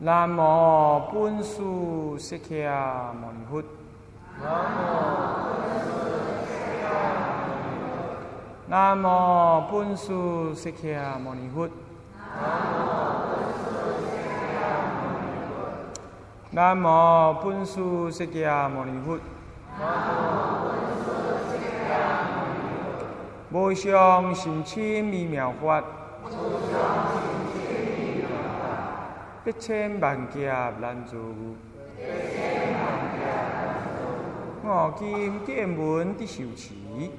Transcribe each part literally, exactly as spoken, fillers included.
南无本师释迦牟尼佛。南无本师释迦牟尼佛。南无本师释迦牟尼佛。无上甚深微妙法。百千万劫难遭遇，我今见闻得受持，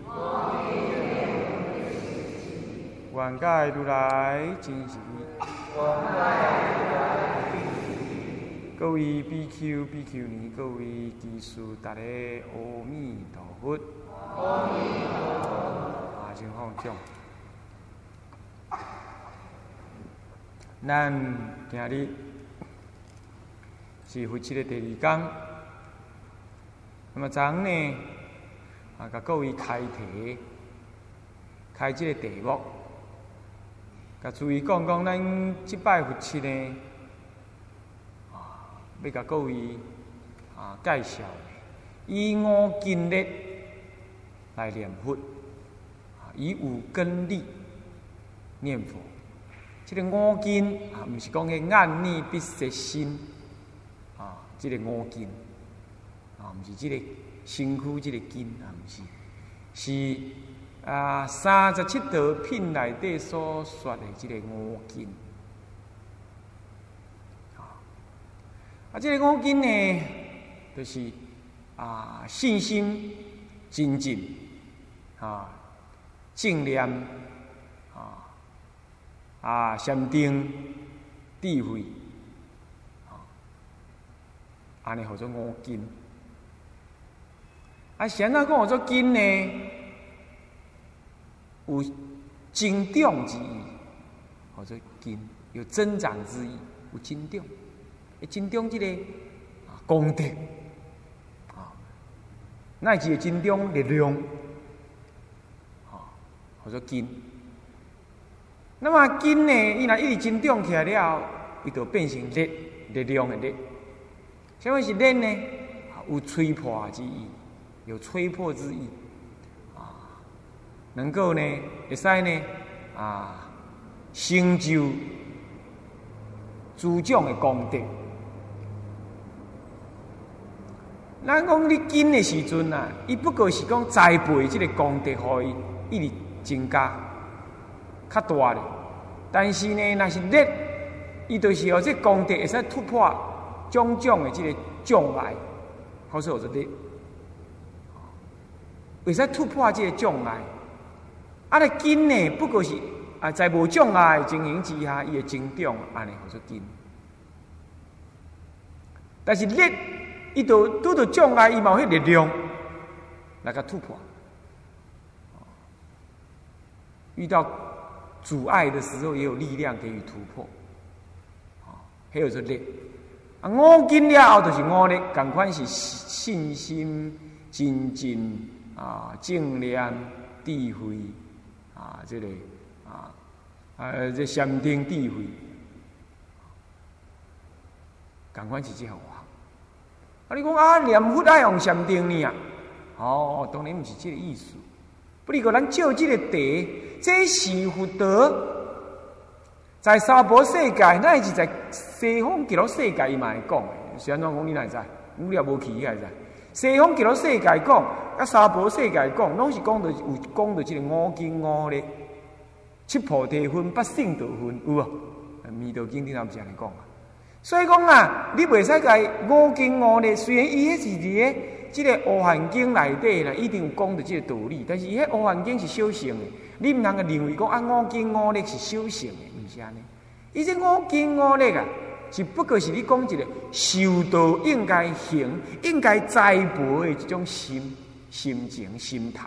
愿解如来真实义。各位比丘、比丘尼，各位居士，大家阿弥陀佛。阿弥陀佛。啊，先放掌。咱今日是佛七的第二天，那么昨呢，啊，甲各位开题，开这个题目，甲注意讲讲咱这摆佛七呢，啊，要甲各位啊介绍以五经律来念佛，啊，以五根力念佛。这个五经啊，不是讲个眼耳鼻舌身啊，这个五经啊，不是这个身躯这个经啊，不是，是啊三十七道品内底所说的这个五经啊。啊，这个五经呢，就是啊信心、精进啊、正念。啊，禅定、智慧，啊，安尼叫做五经。啊，现在讲叫做经呢，有增长之意，叫做经，有增长之意，有增长，会增长这个啊功德，啊，乃至会增长力量，啊，叫做经。那么经呢，伊若一直增长起来了，伊就变成力，力量的力。什么是力呢？有吹破之意，有吹破之意，啊，能够呢，会使呢，啊，成就诸种的功德。咱讲你经的时阵啊，伊不过是讲栽培这个功德，互伊一直增加。较大咧，但是呢，若是力，伊就是有这功德会使突破种种的这个障碍，好说有力，会使突破这个障碍。啊，咧经呢，不过是啊，在无障碍的情形之下，伊会增长，安尼好说经。但是力，伊都拄到障碍，伊嘛有迄力量来甲突破。遇到阻碍的时候，也有力量给予突破，啊，还有这力啊，五经了后就是五力，同款是信心、精进啊、正念、智慧啊，这个啊啊这禅定智慧，同款是这项话。啊，你讲啊，念佛爱用禅定呢啊？哦，当然不是这个意思。不过咱照这个题，这是佛陀在娑婆世界，乃是在西方极乐世界伊嘛会讲的。是安怎讲？你哪会知？无聊无去，你哪会知？西方极乐世界讲，啊娑婆世界讲，拢是讲到有讲到这个五经五力、七菩提分、八圣道分，有无？弥陀经顶头不是安尼讲啊。所以讲啊，你袂使甲五经五力，虽然伊迄是伫个。这个《阿含经》内底啦，一定有讲到这个道理，但是迄《阿含经》是小乘的，你唔通个认为讲啊五经五力是小乘的，唔是安尼。伊这五经五力啊，是不过是你讲一个修道应该行、应该栽培的这种心、心情、心态。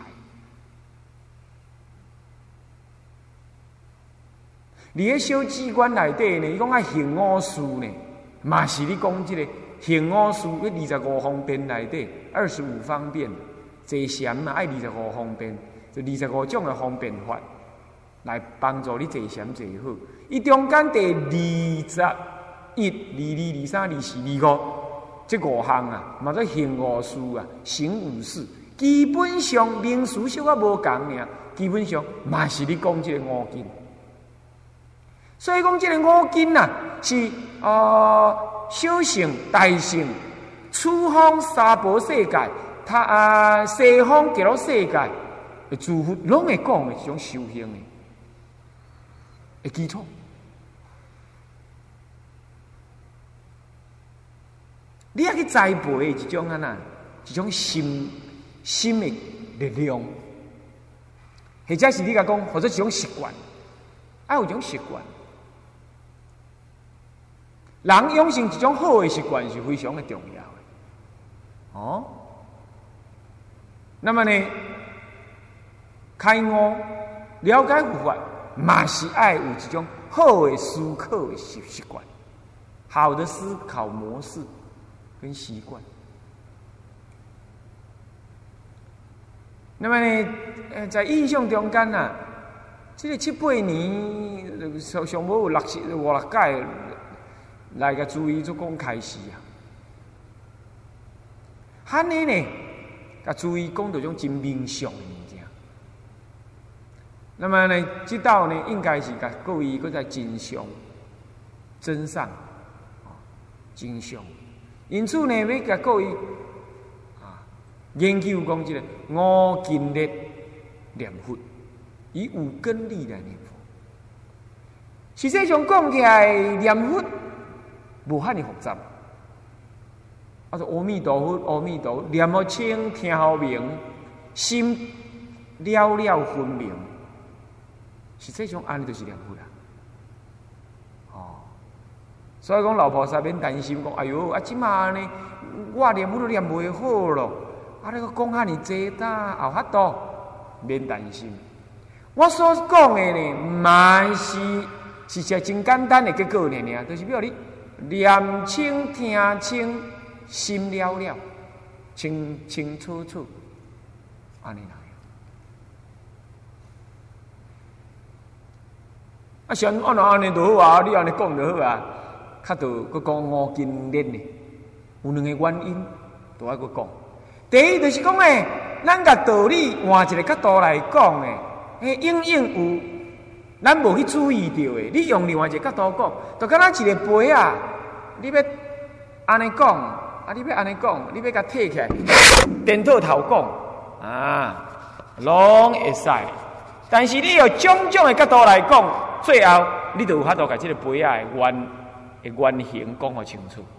伫迄小机关内底呢，伊讲啊行五事呢，嘛是你讲这个。行五事，迄二十五方便内底，二十五方便，坐禅嘛爱二十五方便，就二十五种的方便法，来帮助你坐禅坐好。伊中间第二十一、二、二、二三、二四、二五，这五项啊，嘛做行五事啊，行五事。基本上名词小可无共尔，基本上嘛是你讲这个五根。所以讲这个五根啊，是呃小乘、大乘、初方、三宝世界，他啊西方极乐世界，诸佛拢会讲的一种修行的的基础。你要去栽培一种啊呐，一种心心的力量，或者是你甲讲，或者是一种习惯，爱有一种习惯。人养成一种好的习惯是非常的重要的。哦，那么呢，开悟了解佛法，嘛是爱有一种好的思考的习习惯，好的思考模式跟习惯。那么呢，呃，在印象中间啊，这个七八年上上无有六十五六届来个注意做讲开始啊，汉尼呢，甲注意讲到种真明相的物件。那么呢，这道呢，应该是甲各位搁在真相、真相、啊真相。因此呢，要甲各位啊研究讲这个五根力念佛，以五根力来念佛。实际上讲起来，念佛无遐尼复杂。啊，说阿弥陀佛，阿弥陀佛，念好清，听好明，心了了分明。实际上，安尼就是念佛啦。哦，所以讲老菩萨免担心，讲哎哟，啊，即马呢，我念佛都念袂好咯。啊，你个讲遐尼济呾，后遐多，免担心。我所讲的呢，嘛是是只真简单的结果呢，尔，就是比如你念清、听清。心了了，清清楚楚，安尼啦。啊，像按怎安尼就好啊，你安尼讲就好啊。较多佮讲五根力呢，有两个原因，都爱佮讲。第一就是讲诶，咱甲道理换一个角度来讲诶，迄永远有咱无去注意到诶。你用另外一个角度讲，就敢若一个杯啊，你要安尼讲。啊！你要安尼讲，你要甲摕起来，颠倒头讲啊，拢会使。但是你用种种的角度来讲，最后你就有法度甲这个杯仔的原的原型讲互清楚。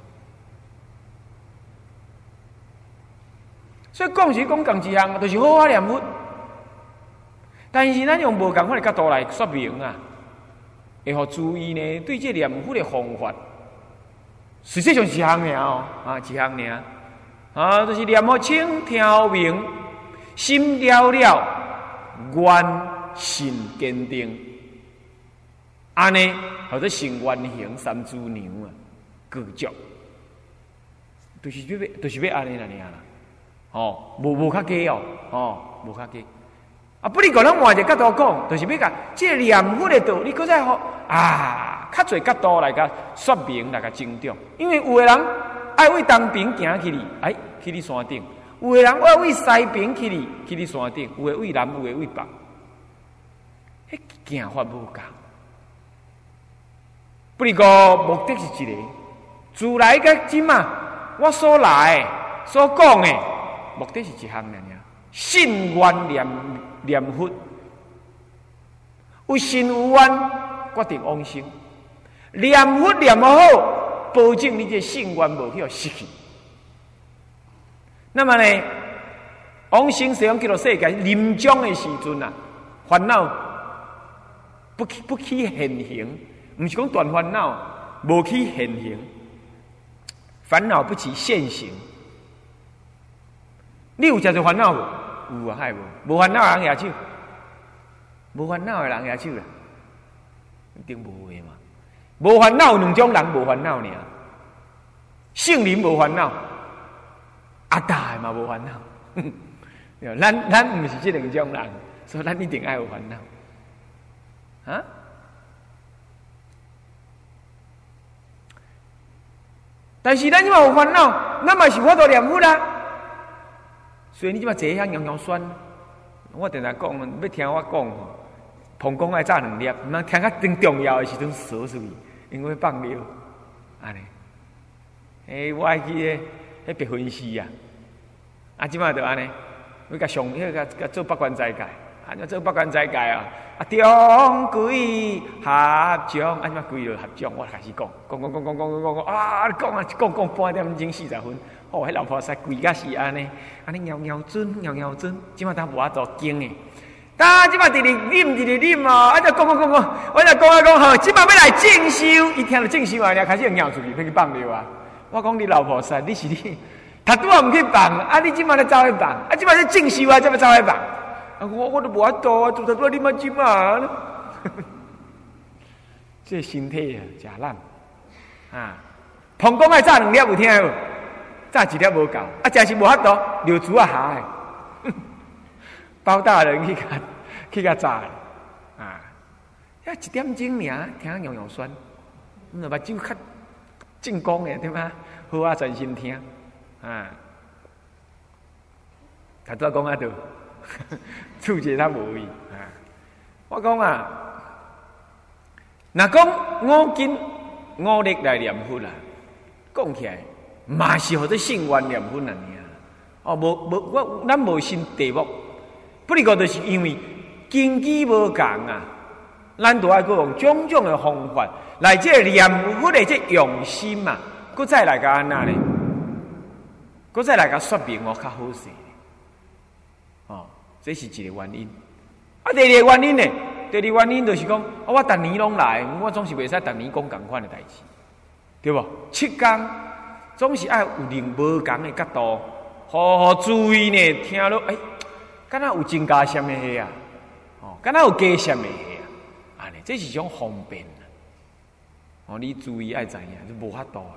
所以讲是讲共一项，就是好好念佛。但是咱用无共款的角度来说明啊，会互注意呢，对这念佛的方法。实际上是一项尔哦，啊，一项尔，啊，就是念好清，听好明，心了了，愿心坚定，安尼或者成愿行三资娘啊，各足，就是要就是要安尼啦尔啦，哦，无无较假哦，哦，无较假。啊，不你个咱换一个角度讲，就是要甲这念佛的道理，搁再好啊，较侪角度来甲说明，来甲增长。因为有的人爱为东边行去哩，哎，去哩山顶；有的人爱为西边去哩，去哩山顶；有的为南，有的为北。迄行法无共。不你个目的是一个，自来甲即嘛，我所来所讲的目的是一项尔尔，信愿念。念佛有信有愿，决定往生。念佛念好，保证你这信愿无去失去。那么呢，往生西方极乐世界临终的时阵啊，烦恼不去不去现行，不是讲断烦恼，无去现行，烦恼不起现行。你有这种烦恼无？有啊，还无无烦恼的人举手，无烦恼的人举手啦，一定无的嘛。无烦恼两种人无烦恼尔，圣人无烦恼，阿大嘛无烦恼。咱咱唔是这两种人，所以咱一定爱有烦恼。啊？ 但是咱即嘛有烦恼，咱嘛是法度念佛啦。所以你即嘛坐遐尿尿酸，我定定讲，要听我讲吼，膀胱爱炸两粒，毋通听较真重要的时阵扫出去，因为放尿，安尼。诶，我爱去迄迄白分寺啊，啊，即嘛就安尼，要甲上，要甲甲做八关斋戒，啊，要做八关斋戒啊，啊，中规合掌，啊，即嘛规落合掌，我开始讲，讲讲讲讲讲讲讲，啊，讲啊，讲讲半点钟四十分，哦，迄老菩萨规甲是安尼，安尼摇摇尊，摇摇尊，即嘛他无法度经诶。呾即摆直直啉，直直啉哦，啊！就讲讲讲讲，我就讲啊讲好，即摆要来正修，伊听到正修完了，开始要尿出去，要去放尿啊！我讲你老菩萨，你是你，他拄啊毋去放，啊！你即摆咧走去放，啊！即摆咧正修啊，怎么走去放？啊！我我都无法度啊，拄头拄啊，你嘛即摆，这身体啊，真烂啊！膀胱爱炸两粒有听无？炸一粒无够，啊！真是无法度，流珠啊下诶。包大人去甲去甲炸啊！遐一点钟尔，听尿尿酸，你目睭较正光诶，对吗？好啊，专心听啊！他拄讲啊，着触觉他无意啊！我讲啊，若讲五根五力来念佛啦，讲起来嘛是互做圣愿念佛啊！哦，无无我咱无信地目。不哩个就是因为根基无共啊，咱都爱去用种种的方法来这念佛的这用心嘛，搁再来个安那呢？搁再来个说明我较好势。哦，这是一个原因。啊，第二个原因呢？第二个原因就是讲，啊，我逐年拢来，我总是袂使逐年讲同款的代志，对不？七天总是爱有另无共的角度，好好注意呢，听了哎。敢若有增加什么个啊？哦，敢若有加什么个啊？安尼，这是种方便啊！哦，你注意爱知影，就无法度的。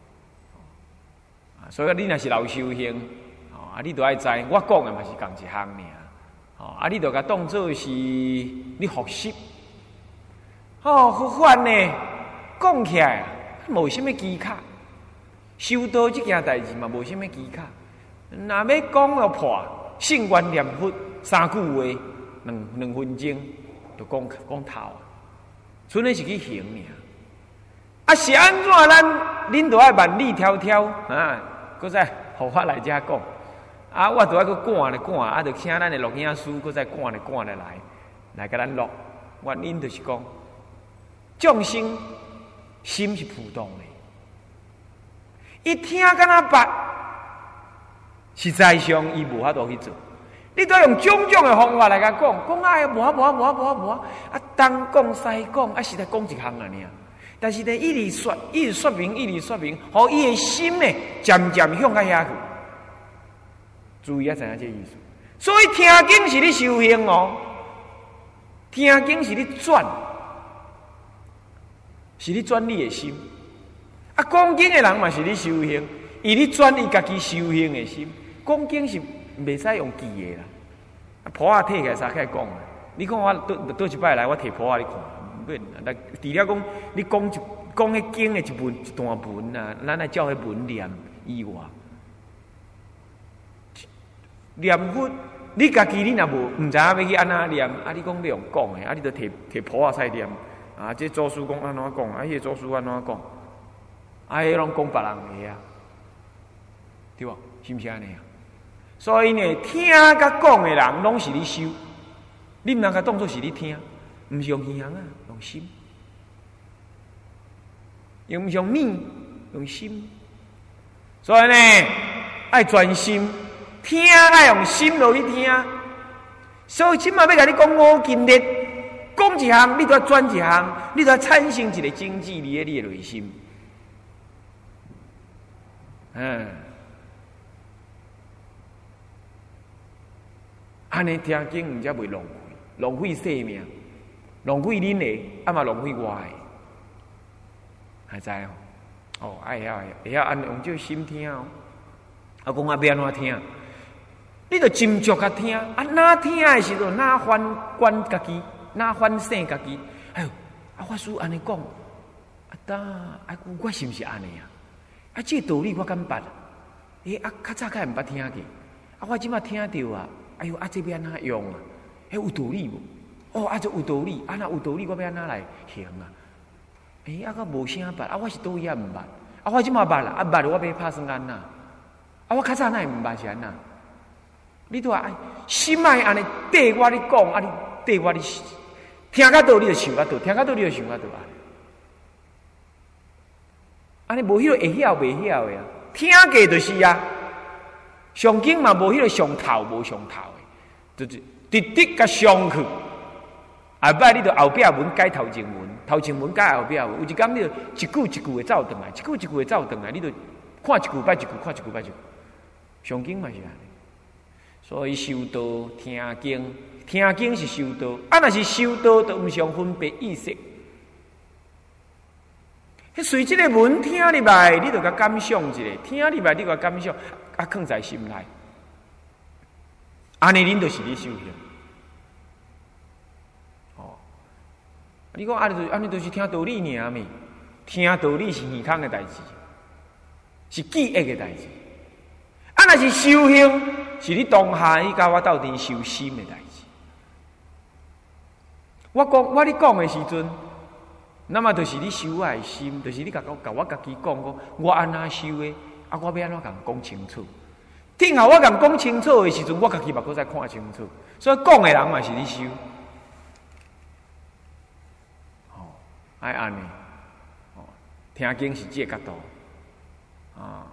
啊，所以你若是老修行，哦，啊，你都爱知，我讲的嘛是共一项尔。哦，啊，你就甲当做是你学习。哦，佛法呢，讲起来无什么技巧，修道这件代志嘛无什么技巧，若要讲要破。圣愿念佛三句话，两两分钟就讲讲透啊，剩的是去行尔。啊，是安怎咱恁都爱万里迢迢啊，搁再互法来遮讲啊，我都爱去赶咧赶，啊，就请咱的录影师搁再赶咧赶咧来，来甲咱录。原因就是讲，众生心是浮动的，伊听敢若捌。实在上，伊无法度去做。你都要用种种的方法来甲讲，讲哎，无啊无啊无啊无啊无啊，啊东讲西讲，啊实在讲一项啊尔。但是呢，一直说，一直说明，一直说明，互伊的心呢，渐渐向到遐去。注意啊，知影这意思。所以听经是你修行哦，听经是你转，是你转你的心。啊，讲经的人嘛是你修行，以你转你家己修行的心。讲经是袂使用记的啦，谱仔摕起来三起来讲。你看我倒倒一摆来，我摕谱仔你看，不，来除了讲你讲一讲迄经的一文一段文啊，咱来照迄文念以外，念佛你家己你若无毋知影要去安怎念，啊你讲要用讲的，啊你著摕摕谱仔使念，啊这祖师讲安怎讲，啊迄个祖师安怎讲，啊迄拢讲别人的啊，对无？是毋是安尼啊？所以呢，听甲讲的人拢是你修，你毋能甲当作是你听，毋是用耳孔啊，用心，用毋是用耳，用心。所以呢，爱专心听，爱用心落去听。所以今嘛要甲你讲五经律，讲一项，你都要转一项，你都要产生一个经济你的你的内心。嗯。安尼听经，毋则袂浪费，浪费生命，浪费恁的，啊嘛浪费我的，还知哦？哦，爱晓会晓按用这心听哦。啊，讲啊要安怎听？你着斟酌甲听，啊哪听的时阵哪反观家己，哪反省家己。哎呦，啊法师安尼讲，啊呾啊我是毋是安尼啊？啊啊，这个道理我敢捌。诶、欸，啊，较早较毋捌听过，啊，我即马听到啊，哎呦，啊，这要安怎用啊？迄、欸、有道理无？哦，啊，就有道理，啊，若有道理，我要安怎来行啊？诶、欸，啊，我无啥捌，啊，我是倒位啊毋捌，啊，我即马捌啦，啊，捌我要拍算安呐？啊，我较早哪会毋捌是安那？你都话心爱安尼缀我咧讲，啊，你缀我咧听较倒，你就想较倒，听较倒，你就想较倒啊。安尼无迄个会晓袂晓的啊，听过就是啊。上经嘛无迄个上头无上头的，就是直直甲上去。后摆你着后壁文改头前文，头前文改后壁文。有一工你着一句一句的走转来，一句一句的走转来，你着看一句摆一句，看一句摆一句。上经嘛是安尼。所以修道听经，听经是修道，啊，若是修道，就毋上分别意识。迄随即个文听入来，你着甲感想一下，听入来你甲感想，啊，放在心内。安尼恁就是咧修行。哦，你讲安尼就安尼就是听道理尔咪？听道理是耳孔的代志，是记忆的代志。啊，若是修行，是你当下伊甲我斗阵修心的代志。我讲我咧讲的时阵。那么就是你修我的心，就是你甲我甲我家己讲讲，我安怎修的，啊，我要安怎甲讲清楚。听后我甲讲清楚的时阵，我家己嘛搁再看清楚。所以讲的人嘛是你修，哦，爱安尼，哦，听经是这个角度，啊，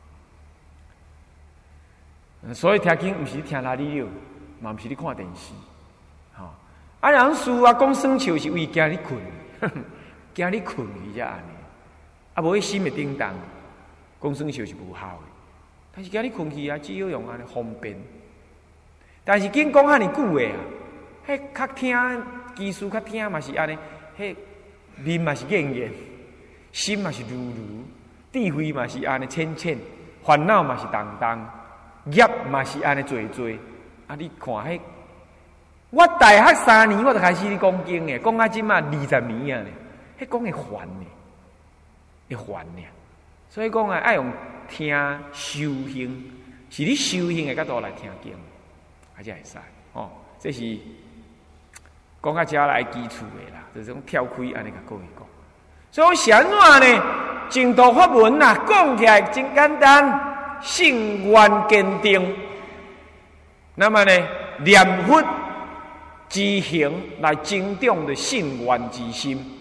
所以听经毋是听拉里了，嘛毋是你看电视，哈、哦，啊，人事啊讲耍笑是为惊你困。惊你困去才安尼，啊无迄心会叮当，讲耍笑是无效的。但是惊你困去啊，只要用安尼方便。但是经讲遐尼久的啊，迄较听技术较听嘛是安尼，迄面嘛是硬硬，心嘛是如如，智慧嘛是安尼浅浅，烦恼嘛是重重，业嘛是安尼做做。啊，你看迄，我大学三年我就开始咧讲经诶，讲啊即嘛二十年啊咧。迄讲会烦呢，会烦呢，所以讲啊，爱用听修行，是你修行的角度来听经，还是会使哦。这是讲到遮来基础的啦，就是讲跳开安尼甲各位讲。所以是安怎呢？净土法门呐，讲起来真简单，信愿坚定。那么呢，念佛之行来增长的信愿之心。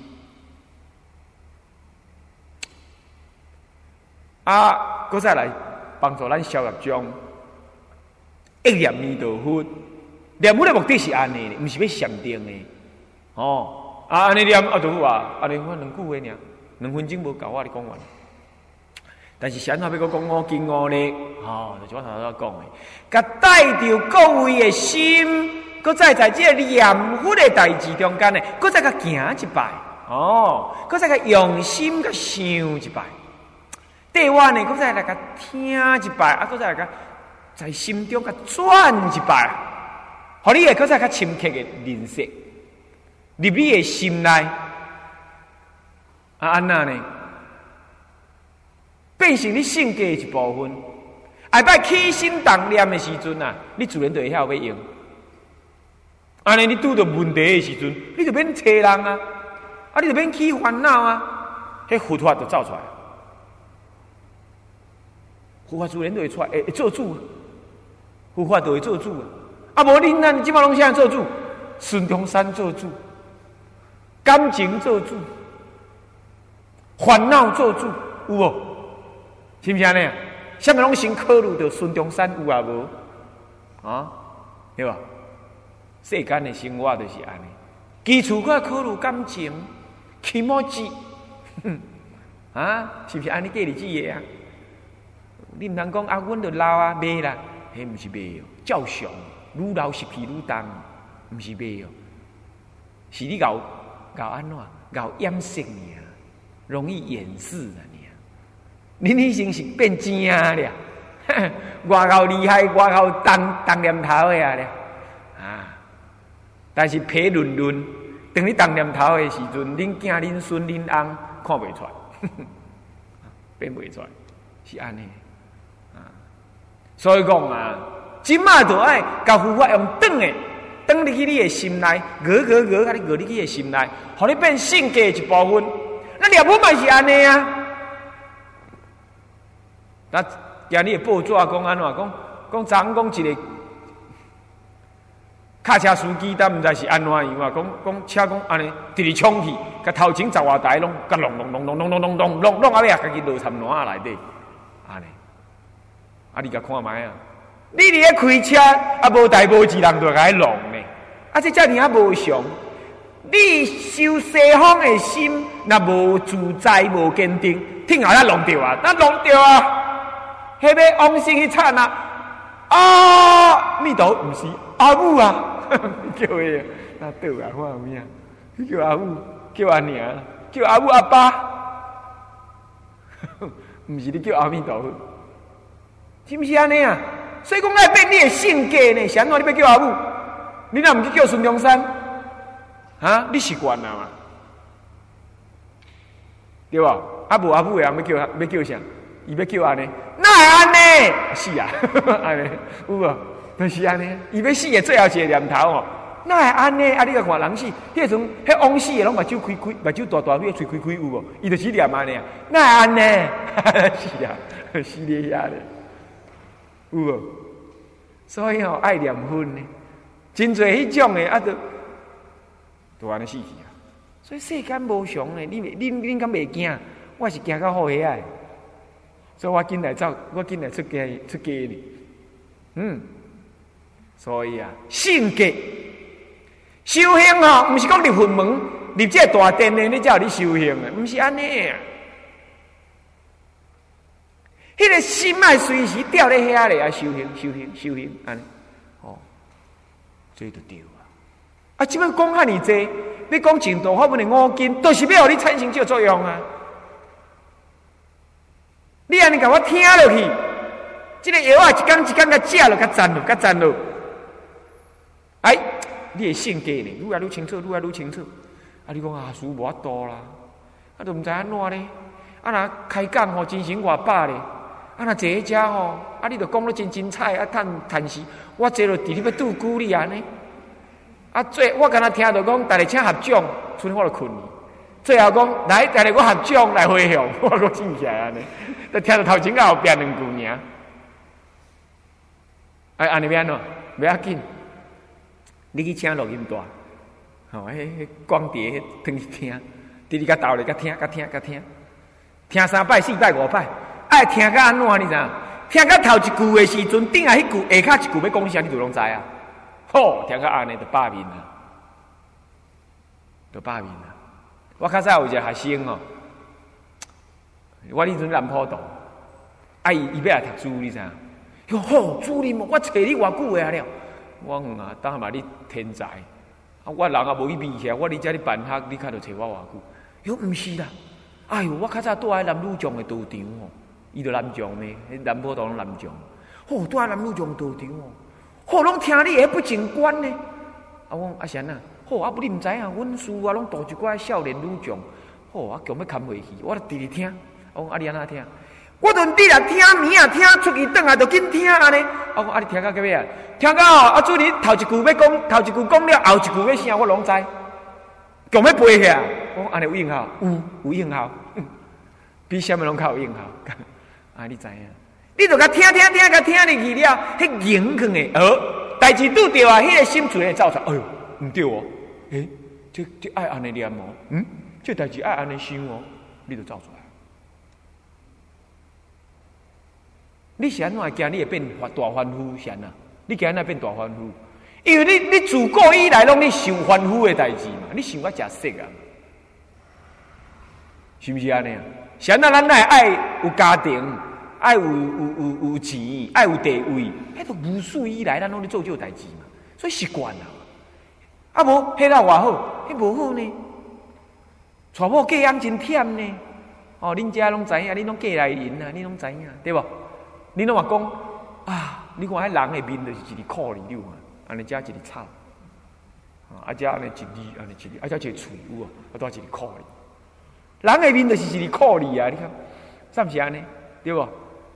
啊，搁再来帮助咱消业障，一念弥陀佛。念佛的目的是安尼，毋是要禅定的。哦，啊，安尼念啊，就好啊，安尼我两句话尔，两分钟无够我咧讲完。但是现在要搁讲五经五力，哦，就是我头头讲的，甲带着各位的心，搁再在这个念佛的代志中间呢，搁再甲行一摆，哦，搁再甲用心甲想一摆。第二呢，搁再来甲听一摆，啊，搁再来甲在心中甲转一摆，互你会搁再较深刻的认识，入你的心内，啊，安那呢，变成你性格的一部分。下摆起心动念的时阵啊，你自然就会晓要用。安尼，你拄到问题的时阵，你就免找人啊，啊，你就免起烦恼啊，迄佛法就走出来。佛法自然就会出来，会会做主。佛法就会做主啊！啊，无恁咱即摆拢啥做主？孙中山做主，感情做主，烦恼做主，有无？是毋是安尼啊？啥物拢先考虑到孙中山有啊无？啊，对吧？世间的生活就是安尼，基础个考虑感情，起毛子，啊，是毋是安尼过日子的啊？你毋通讲啊，阮就老啊，袂啦，迄毋是袂哦，照常，愈老湿气愈重，毋是袂哦，是你搞搞安怎，搞掩饰尔，容易掩饰了尔。恁已经是变正了，外口厉害，外口动动念头的啊了，啊！但是皮润润，等你动念头的时阵，恁囝、恁孙、恁翁看袂出来，变袂出来。 是安尼啊。所以讲啊，今嘛就爱甲佛法用转的，转入去你的心内，鹅鹅鹅，甲你鹅入去的心内，互你变性格的一部分。那念佛嘛是安尼啊。那今日的报纸讲安怎讲？讲昨讲一个卡车司机，但毋知是安怎样啊？讲讲车讲安尼，直直冲去，甲头前十外台拢，甲隆隆隆隆隆隆隆隆隆隆后尾啊，家己落参烂内底，安尼。啊，你甲看卖啊！你伫咧开车，啊无代无志，人就甲伊弄呢。啊，这遮尔啊无常。你修西方的心，若无自在、无坚定，听下咱弄掉啊！咱弄掉啊！迄要往生去惨啊！啊，密道毋是阿母啊，叫伊那倒啊，看有咩啊？叫阿母，叫阿娘，叫阿母阿爸，毋是你叫阿弥陀佛，是毋是安尼啊？所以讲爱变你的性格呢，是安怎你要叫阿母？你若毋去叫孙中山，啊，你习惯啦嘛，对吧？啊无阿母的人要叫要叫啥？伊要叫安尼，哪会安尼？是啊，安尼有无？就是安尼，伊要死的最后一个念头哦，哪会安尼？啊，你甲看人死，迄阵迄往死的拢目睭开开，目睭大大尾，喙开开有无？伊就是念安尼啊，哪会安尼？是啊，死咧遐咧，有无？所以哦，爱念佛呢，真侪迄种的啊，都都安尼死去啊。所以世间无常呢，你你你敢袂惊？我是惊到好遐个。所以我今来走，我今来出家出家呢。嗯，所以啊，性格修行啊，毋是讲入佛门入这大殿的，你才有你修行啊，毋是安尼啊。迄个心爱随时吊咧遐咧啊，修行修行修行安尼，哦，这就对啊。啊，即摆讲遐尼济，你讲净土法门的五经，都是要互你产生这作用啊。你安尼甲我听落去，这个药啊，一工一工甲食落，甲赞落，甲赞落。哎，你的性格呢，愈来愈清楚，愈来愈清楚。啊，你讲啊，师无法度啦，啊，都毋知安怎咧。啊，若开讲吼，真心外百咧。啊，若坐喺遮吼，啊，你著讲得真精彩，啊，趁趁时，我坐落伫你要拄久你安尼。啊，最我敢若听到讲，逐个请合掌，剩我著困去。最后讲来，逐个我合掌来回向，我讲醒起来安尼。就听到头前到后边两句尔，哎，安尼要安怎？不要紧，你去请录音带，吼、哦，迄迄光碟迸去听，直直甲倒咧，甲听，甲听，甲听，听三摆、四摆、五摆，爱听甲安怎？你知影？听甲头一句的时阵，顶下迄句下骹一句要讲啥，你就拢知啊。吼，听甲安尼就罢面啦，就罢面啦。我较早有一个学生哦。我迄阵南普道，啊伊伊要来读书，你知影？哟吼，主任，我找你偌久啊了。我讲啊，当嘛你天才，啊我人也无去比起来，我伫遮咧办学，你较着找我偌久？哟，毋是啦，哎哟，我较早住喺南女将的道场哦，伊着南将呢，迄南普道拢南将。吼，住喺南女将道场哦，吼，拢听你个不正观呢。啊，我讲阿贤啊，吼，啊不你毋知影，阮师啊拢带一寡少年女将，吼，啊强要牵回去，我着直直听。我讲啊，你安怎听？我顿你来听名啊，听出去转来就紧听安尼。我讲啊，你听到到尾啊？听到哦，啊，主任头一句要讲，头一句讲了，后一句要啥，我拢知。强要背起来。我讲安尼有应效？有，有应效。嗯、比什么拢较有应效。啊，你知影？你就甲听听听，甲听入去了，迄影响的哦，代志拄着啊，迄、那个心自然走出来。哎呦，唔对哦，诶、欸，这这爱安尼念哦，嗯，这代志爱安尼想哦，你就走出来。你是安怎会惊你会变大凡夫？是安怎？你惊安变大凡夫？因为你你自古以来拢你受凡夫的代志嘛，你想我食色啊，是不是安尼啊？是安怎咱来爱有家庭，爱有有有有钱，爱有地位，迄都无数以来咱拢咧做这代志嘛，所以习惯啦。啊无，迄哪偌好？迄无好呢？娶某嫁人真忝呢。哦，恁遮拢知影，恁拢嫁来人啊，恁拢知影，对无？你拢话讲啊，你看迄人的面就是一粒苦哩，有啊，安尼遮一粒草，啊，遮安尼一粒，安尼一粒，啊，遮一个喙有啊，啊，多一粒苦哩。人的面就是一粒苦哩啊，你看，是毋是安尼？对无？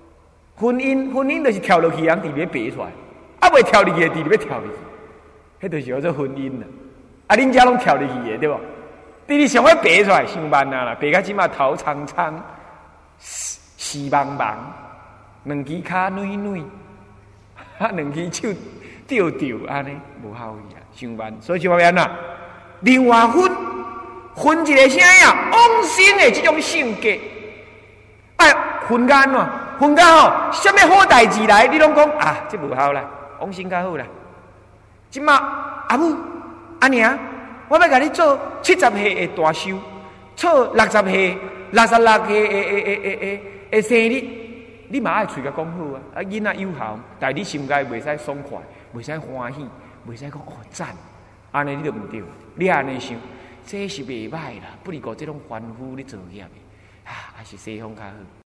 婚姻婚姻就是跳落去，人伫要爬出来，啊未跳入去，伫要跳入去，迄就是叫做婚姻啦。啊，恁遮拢跳入去的对无？伫你想要爬出来，上万啊啦，爬到即马头苍苍，丝茫茫，两只骹软软，啊，两只手吊吊，安尼无效益啊，上万。所以就话呐，另外分分一个啥呀？往生的这种性格，哎，分间喏，分间吼，什么好代志来，你拢讲啊，这无效啦，往生较好啦。即马阿母阿娘，我要甲你做七十岁的大寿，做六十岁、六十六岁的的的的的的生日，你嘛爱喙甲讲好啊！啊，囡仔有效，但是你心界袂使爽快，袂使欢喜，袂使讲哦赞，安尼你就毋对。你安尼想，这是袂歹啦，不如讲这种凡夫咧作业的，啊，还是西方较好。